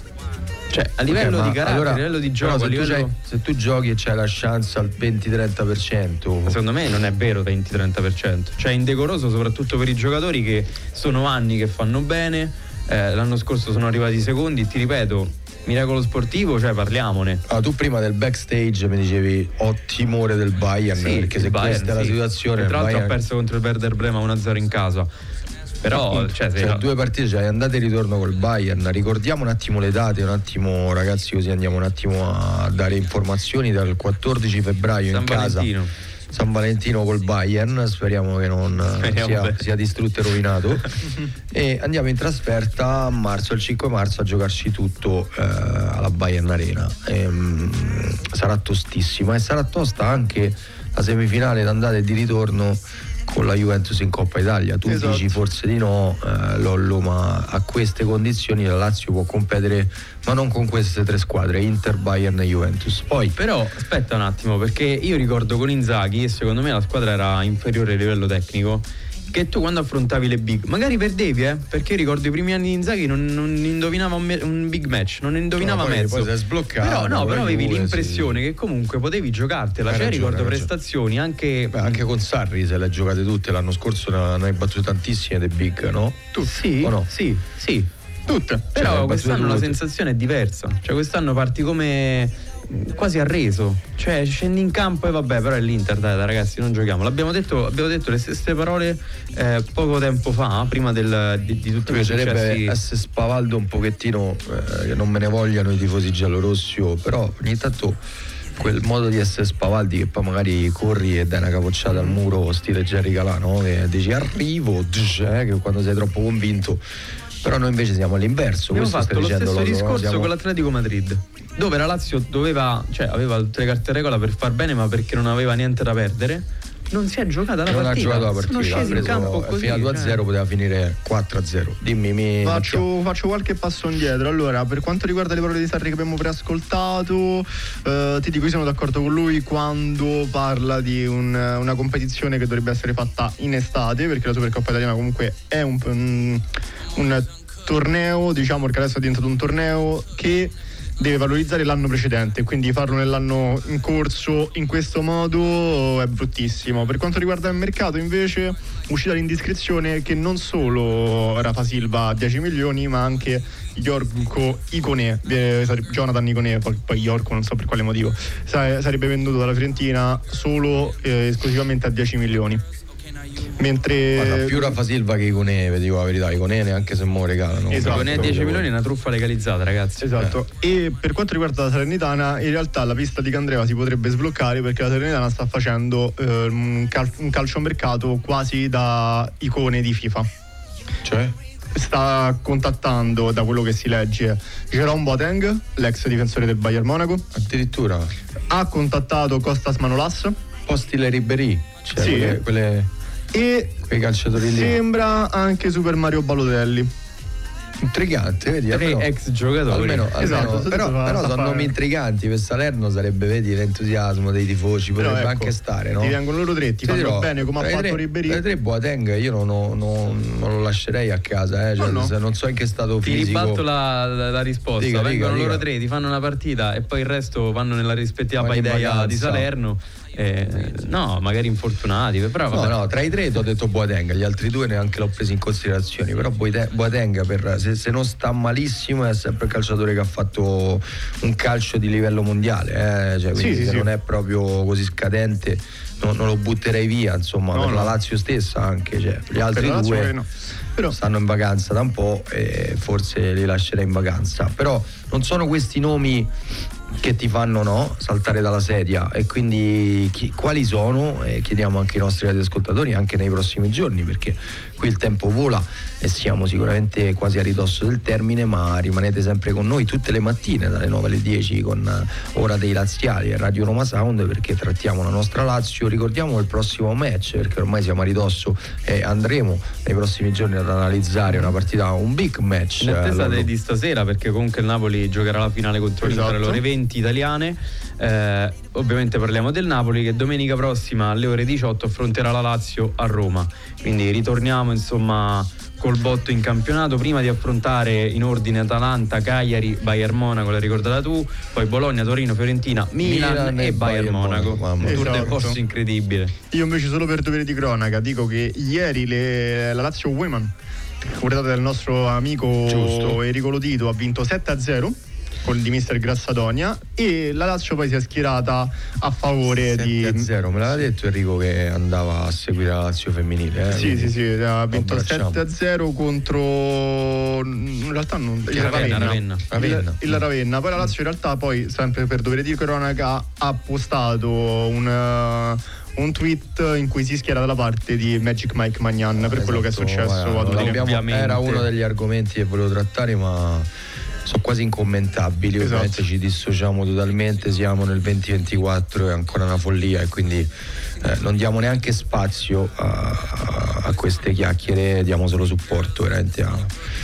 Cioè a livello okay, di carattere, allora, a livello di gioco, se, a livello... tu c'hai, se tu giochi e c'hai la chance al venti trenta per cento, secondo me non è vero venti trenta per cento, cioè è indecoroso soprattutto per i giocatori che sono anni che fanno bene, eh, l'anno scorso sono arrivati secondi. Ti ripeto, miracolo sportivo, cioè parliamone. Ah, tu prima del backstage mi dicevi ho timore del Bayern, sì, perché se Bayern, questa è la sì. situazione, tra l'altro Bayern... ha perso contro il Werder Brema uno a zero in casa. Però cioè, cioè, la... due partite, cioè andate e ritorno col Bayern. Ricordiamo un attimo le date, un attimo ragazzi, così andiamo un attimo a dare informazioni. Dal quattordici febbraio San in Valentino. casa San Valentino col Bayern, speriamo che non sia, sia distrutto e rovinato. E andiamo in trasferta a marzo, il cinque marzo, a giocarci tutto eh, alla Bayern Arena. E, mh, sarà tostissima, e sarà tosta anche la semifinale d'andata e di ritorno con la Juventus in Coppa Italia. Tu esatto. dici forse di no, eh, Lollo, ma a queste condizioni la Lazio può competere, ma non con queste tre squadre, Inter, Bayern e Juventus. Poi però aspetta un attimo, perché io ricordo con Inzaghi, e secondo me la squadra era inferiore a livello tecnico, che tu quando affrontavi le big magari perdevi, eh perché io ricordo i primi anni di Inzaghi non, non indovinava un, me- un big match, non indovinava no, poi, mezzo, poi si è sbloccato, però no, però avevi pure, l'impressione sì. che comunque potevi giocartela. Hai cioè ragione, ricordo prestazioni anche Beh, anche con Sarri se le ha giocate tutte. L'anno scorso ne hai battute tantissime dei big, no? Tu sì, o no? sì, sì, tutte. Però cioè, quest'anno la sensazione è diversa, cioè quest'anno parti come quasi arreso, cioè scendi in campo e vabbè, però è l'Inter, dai, dai ragazzi, non giochiamo. L'abbiamo detto, abbiamo detto le stesse parole eh, poco tempo fa, prima del, di, di tutti quei successi. Piacerebbe essere spavaldo un pochettino, eh, che non me ne vogliano i tifosi giallorossi, però ogni tanto quel modo di essere spavaldi che poi magari corri e dai una capocciata al muro stile Jerry Calà, no? Che dici arrivo, eh, che quando sei troppo convinto. Però noi invece siamo all'inverso. Abbiamo Questo fatto lo stai stesso dicendo discorso loro, no? Siamo... con l'Atletico Madrid, dove la Lazio doveva, cioè aveva tutte le carte in regola per far bene, ma perché non aveva niente da perdere non si è giocata la non partita. ha giocato la partita, sono scesi ha in campo preso, così, fino a due a zero cioè. Poteva finire quattro a zero. Dimmi, mi faccio, faccio qualche passo indietro. Allora, per quanto riguarda le parole di Sarri che abbiamo preascoltato, eh, ti dico, io sono d'accordo con lui quando parla di un, una competizione che dovrebbe essere fatta in estate, perché la Supercoppa italiana comunque è un, un, un torneo, diciamo che adesso è diventato un torneo che deve valorizzare l'anno precedente, quindi farlo nell'anno in corso in questo modo è bruttissimo. Per quanto riguarda il mercato invece, uscita l'indiscrezione che non solo Rafa Silva a dieci milioni, ma anche Yorko Ikoné, eh, Jonathan Ikoné, poi, poi Yorko non so per quale motivo, sarebbe venduto dalla Fiorentina solo eh, esclusivamente a dieci milioni. Mentre guarda, più Rafa Silva che Ikoné, vi dico la verità, Ikoné neanche se mo regalano. Esatto. Ikoné a dieci milioni è una truffa legalizzata, ragazzi. Esatto. Eh. E per quanto riguarda la Salernitana, in realtà la pista di Candreva si potrebbe sbloccare, perché la Salernitana sta facendo eh, un, cal- un calciomercato quasi da icone di FIFA. Cioè? Sta contattando, da quello che si legge, Jérôme Boateng, l'ex difensore del Bayern Monaco. Addirittura ha contattato Costas Manolas, Postile Ribéry, cioè sì. quelle, quelle... e quei calciatori lì. Sembra anche Super Mario Balotelli. Intrigante, vedi? Tre almeno, ex giocatori. Almeno, esatto, almeno, però, però sono fare. nomi intriganti. Per Salerno sarebbe, vedi, l'entusiasmo dei tifosi, potrebbe ecco, anche stare, no? Ti vengono loro tre, ti, ti fanno dirò, bene come ha fatto Ribéry. Tra i tre Boateng io non, non, non, non lo lascerei a casa, eh. Cioè, no, no. Non so in che stato ti fisico. Ti ribatto la, la, la risposta. Dica, vengono dica, loro dica. tre, ti fanno una partita e poi il resto vanno nella rispettiva paideia di Salerno. Eh, no, magari infortunati, però no, no, tra i tre ti ho detto Boateng, gli altri due neanche l'ho preso in considerazione, però Boateng per, se, se non sta malissimo è sempre il calciatore che ha fatto un calcio di livello mondiale, eh? Cioè, quindi sì, se sì, non sì. è proprio così scadente non, non lo butterei via, insomma, no, per no. la Lazio stessa anche, cioè, gli altri due no. però stanno in vacanza da un po' e forse li lascerei in vacanza, però non sono questi nomi che ti fanno no saltare dalla sedia, e quindi chi, quali sono, e chiediamo anche ai nostri ascoltatori anche nei prossimi giorni, perché qui il tempo vola e siamo sicuramente quasi a ridosso del termine, ma rimanete sempre con noi tutte le mattine dalle nove alle dieci con Ora dei Laziali e Radio Roma Sound, perché trattiamo la nostra Lazio. Ricordiamo il prossimo match, perché ormai siamo a ridosso e andremo nei prossimi giorni ad analizzare una partita, un big match in attesa eh, di stasera, perché comunque il Napoli giocherà la finale contro esatto. l'Inter alle ore venti italiane. Eh, ovviamente parliamo del Napoli che domenica prossima alle ore diciotto affronterà la Lazio a Roma, quindi ritorniamo insomma col botto in campionato, prima di affrontare in ordine Atalanta, Cagliari, Bayern Monaco, l'hai ricordata tu, poi Bologna, Torino, Fiorentina, Milan, Milan e, e Bayern, Bayern Monaco, Monaco. Un tour esatto. de force incredibile. Io invece, solo per dovere di cronaca, dico che ieri le, la Lazio Women, guardate del nostro amico Giusto. Enrico Lotito, ha vinto sette a zero con di mister Grassadonia, e la Lazio poi si è schierata a favore di sette a zero. Me l'aveva detto Enrico che andava a seguire la Lazio femminile, eh? Sì, sì, sì, ha vinto sette a zero contro, in realtà non il Ravenna, Ravenna. Ravenna. Il, il Ravenna. Poi la Lazio in realtà poi, sempre per dovere di cronaca, ha postato un un tweet in cui si schiera dalla parte di Magic Mike Magnan per esatto, quello che è successo guarda, ad abbiamo, era uno degli argomenti che volevo trattare, ma sono quasi incommentabili. Esatto. Ovviamente ci dissociamo totalmente, siamo nel duemilaventiquattro, è ancora una follia, e quindi eh, non diamo neanche spazio a, a queste chiacchiere, diamo solo supporto veramente a,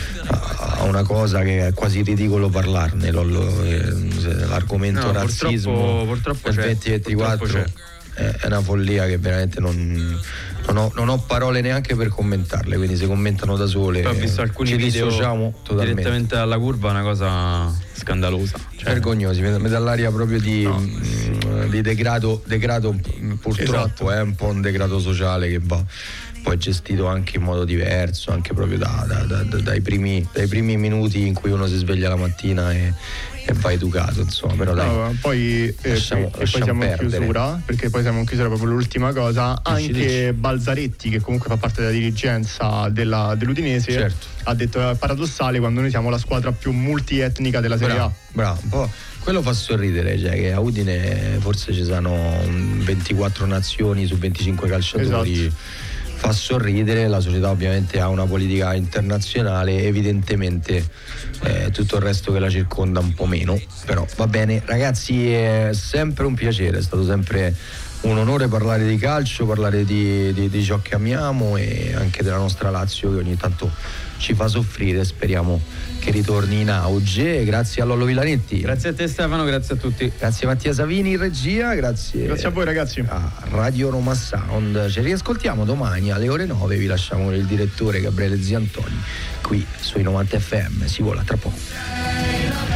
a una cosa che è quasi ridicolo parlarne. Lo, lo, eh, l'argomento no, razzismo purtroppo, purtroppo nel duemilaventiquatro è una follia che veramente non, non, ho, non ho parole neanche per commentarle, quindi se commentano da sole ho visto alcuni ci video dissociamo totalmente. Direttamente dalla curva, è una cosa scandalosa, cioè, vergognosi, mi dà l'aria proprio di, no. mh, di degrado, degrado purtroppo, esatto. È un po' un degrado sociale che va poi gestito anche in modo diverso, anche proprio da, da, da, da, dai, primi, dai primi minuti in cui uno si sveglia la mattina e, e va educato, insomma. Però dai, no, poi, eh, lasciamo, e, lasciamo e poi siamo perdere. in chiusura, perché poi siamo in chiusura proprio l'ultima cosa. Anche dici. Balzaretti, che comunque fa parte della dirigenza della, dell'Udinese, certo. ha detto: è paradossale quando noi siamo la squadra più multietnica della Serie bravo, A. Bravo, un po'. Quello fa sorridere, cioè che a Udine forse ci sono ventiquattro nazioni su venticinque calciatori. Esatto. Fa sorridere, la società ovviamente ha una politica internazionale, evidentemente eh, tutto il resto che la circonda un po' meno, però va bene ragazzi, è sempre un piacere, è stato sempre un onore parlare di calcio, parlare di, di, di ciò che amiamo e anche della nostra Lazio che ogni tanto ci fa soffrire, speriamo che ritorni in auge. Grazie a Lollo Villanetti, grazie a te Stefano, grazie a tutti, grazie a Mattia Savini in regia, grazie grazie a voi ragazzi, a Radio Roma Sound. Ci riascoltiamo domani alle ore nove, vi lasciamo con il direttore Gabriele Ziantoni qui sui novanta F M. Si vola tra poco.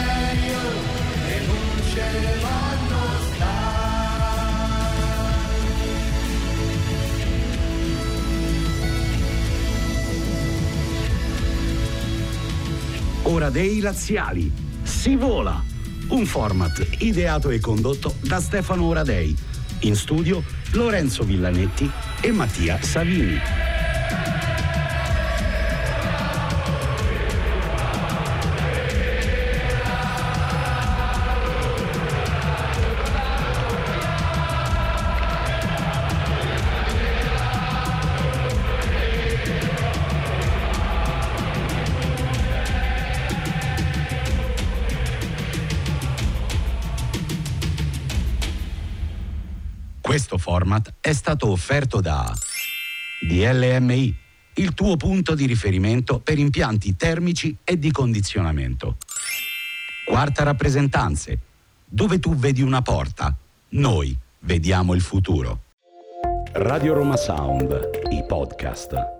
Ora dei laziali. Si vola. Un format ideato e condotto da Stefano Oradei. In studio Lorenzo Villanetti e Mattia Savini. Questo format è stato offerto da D L M I, il tuo punto di riferimento per impianti termici e di condizionamento. Quarta Rappresentanze, dove tu vedi una porta, noi vediamo il futuro. Radio Roma Sound, i podcast.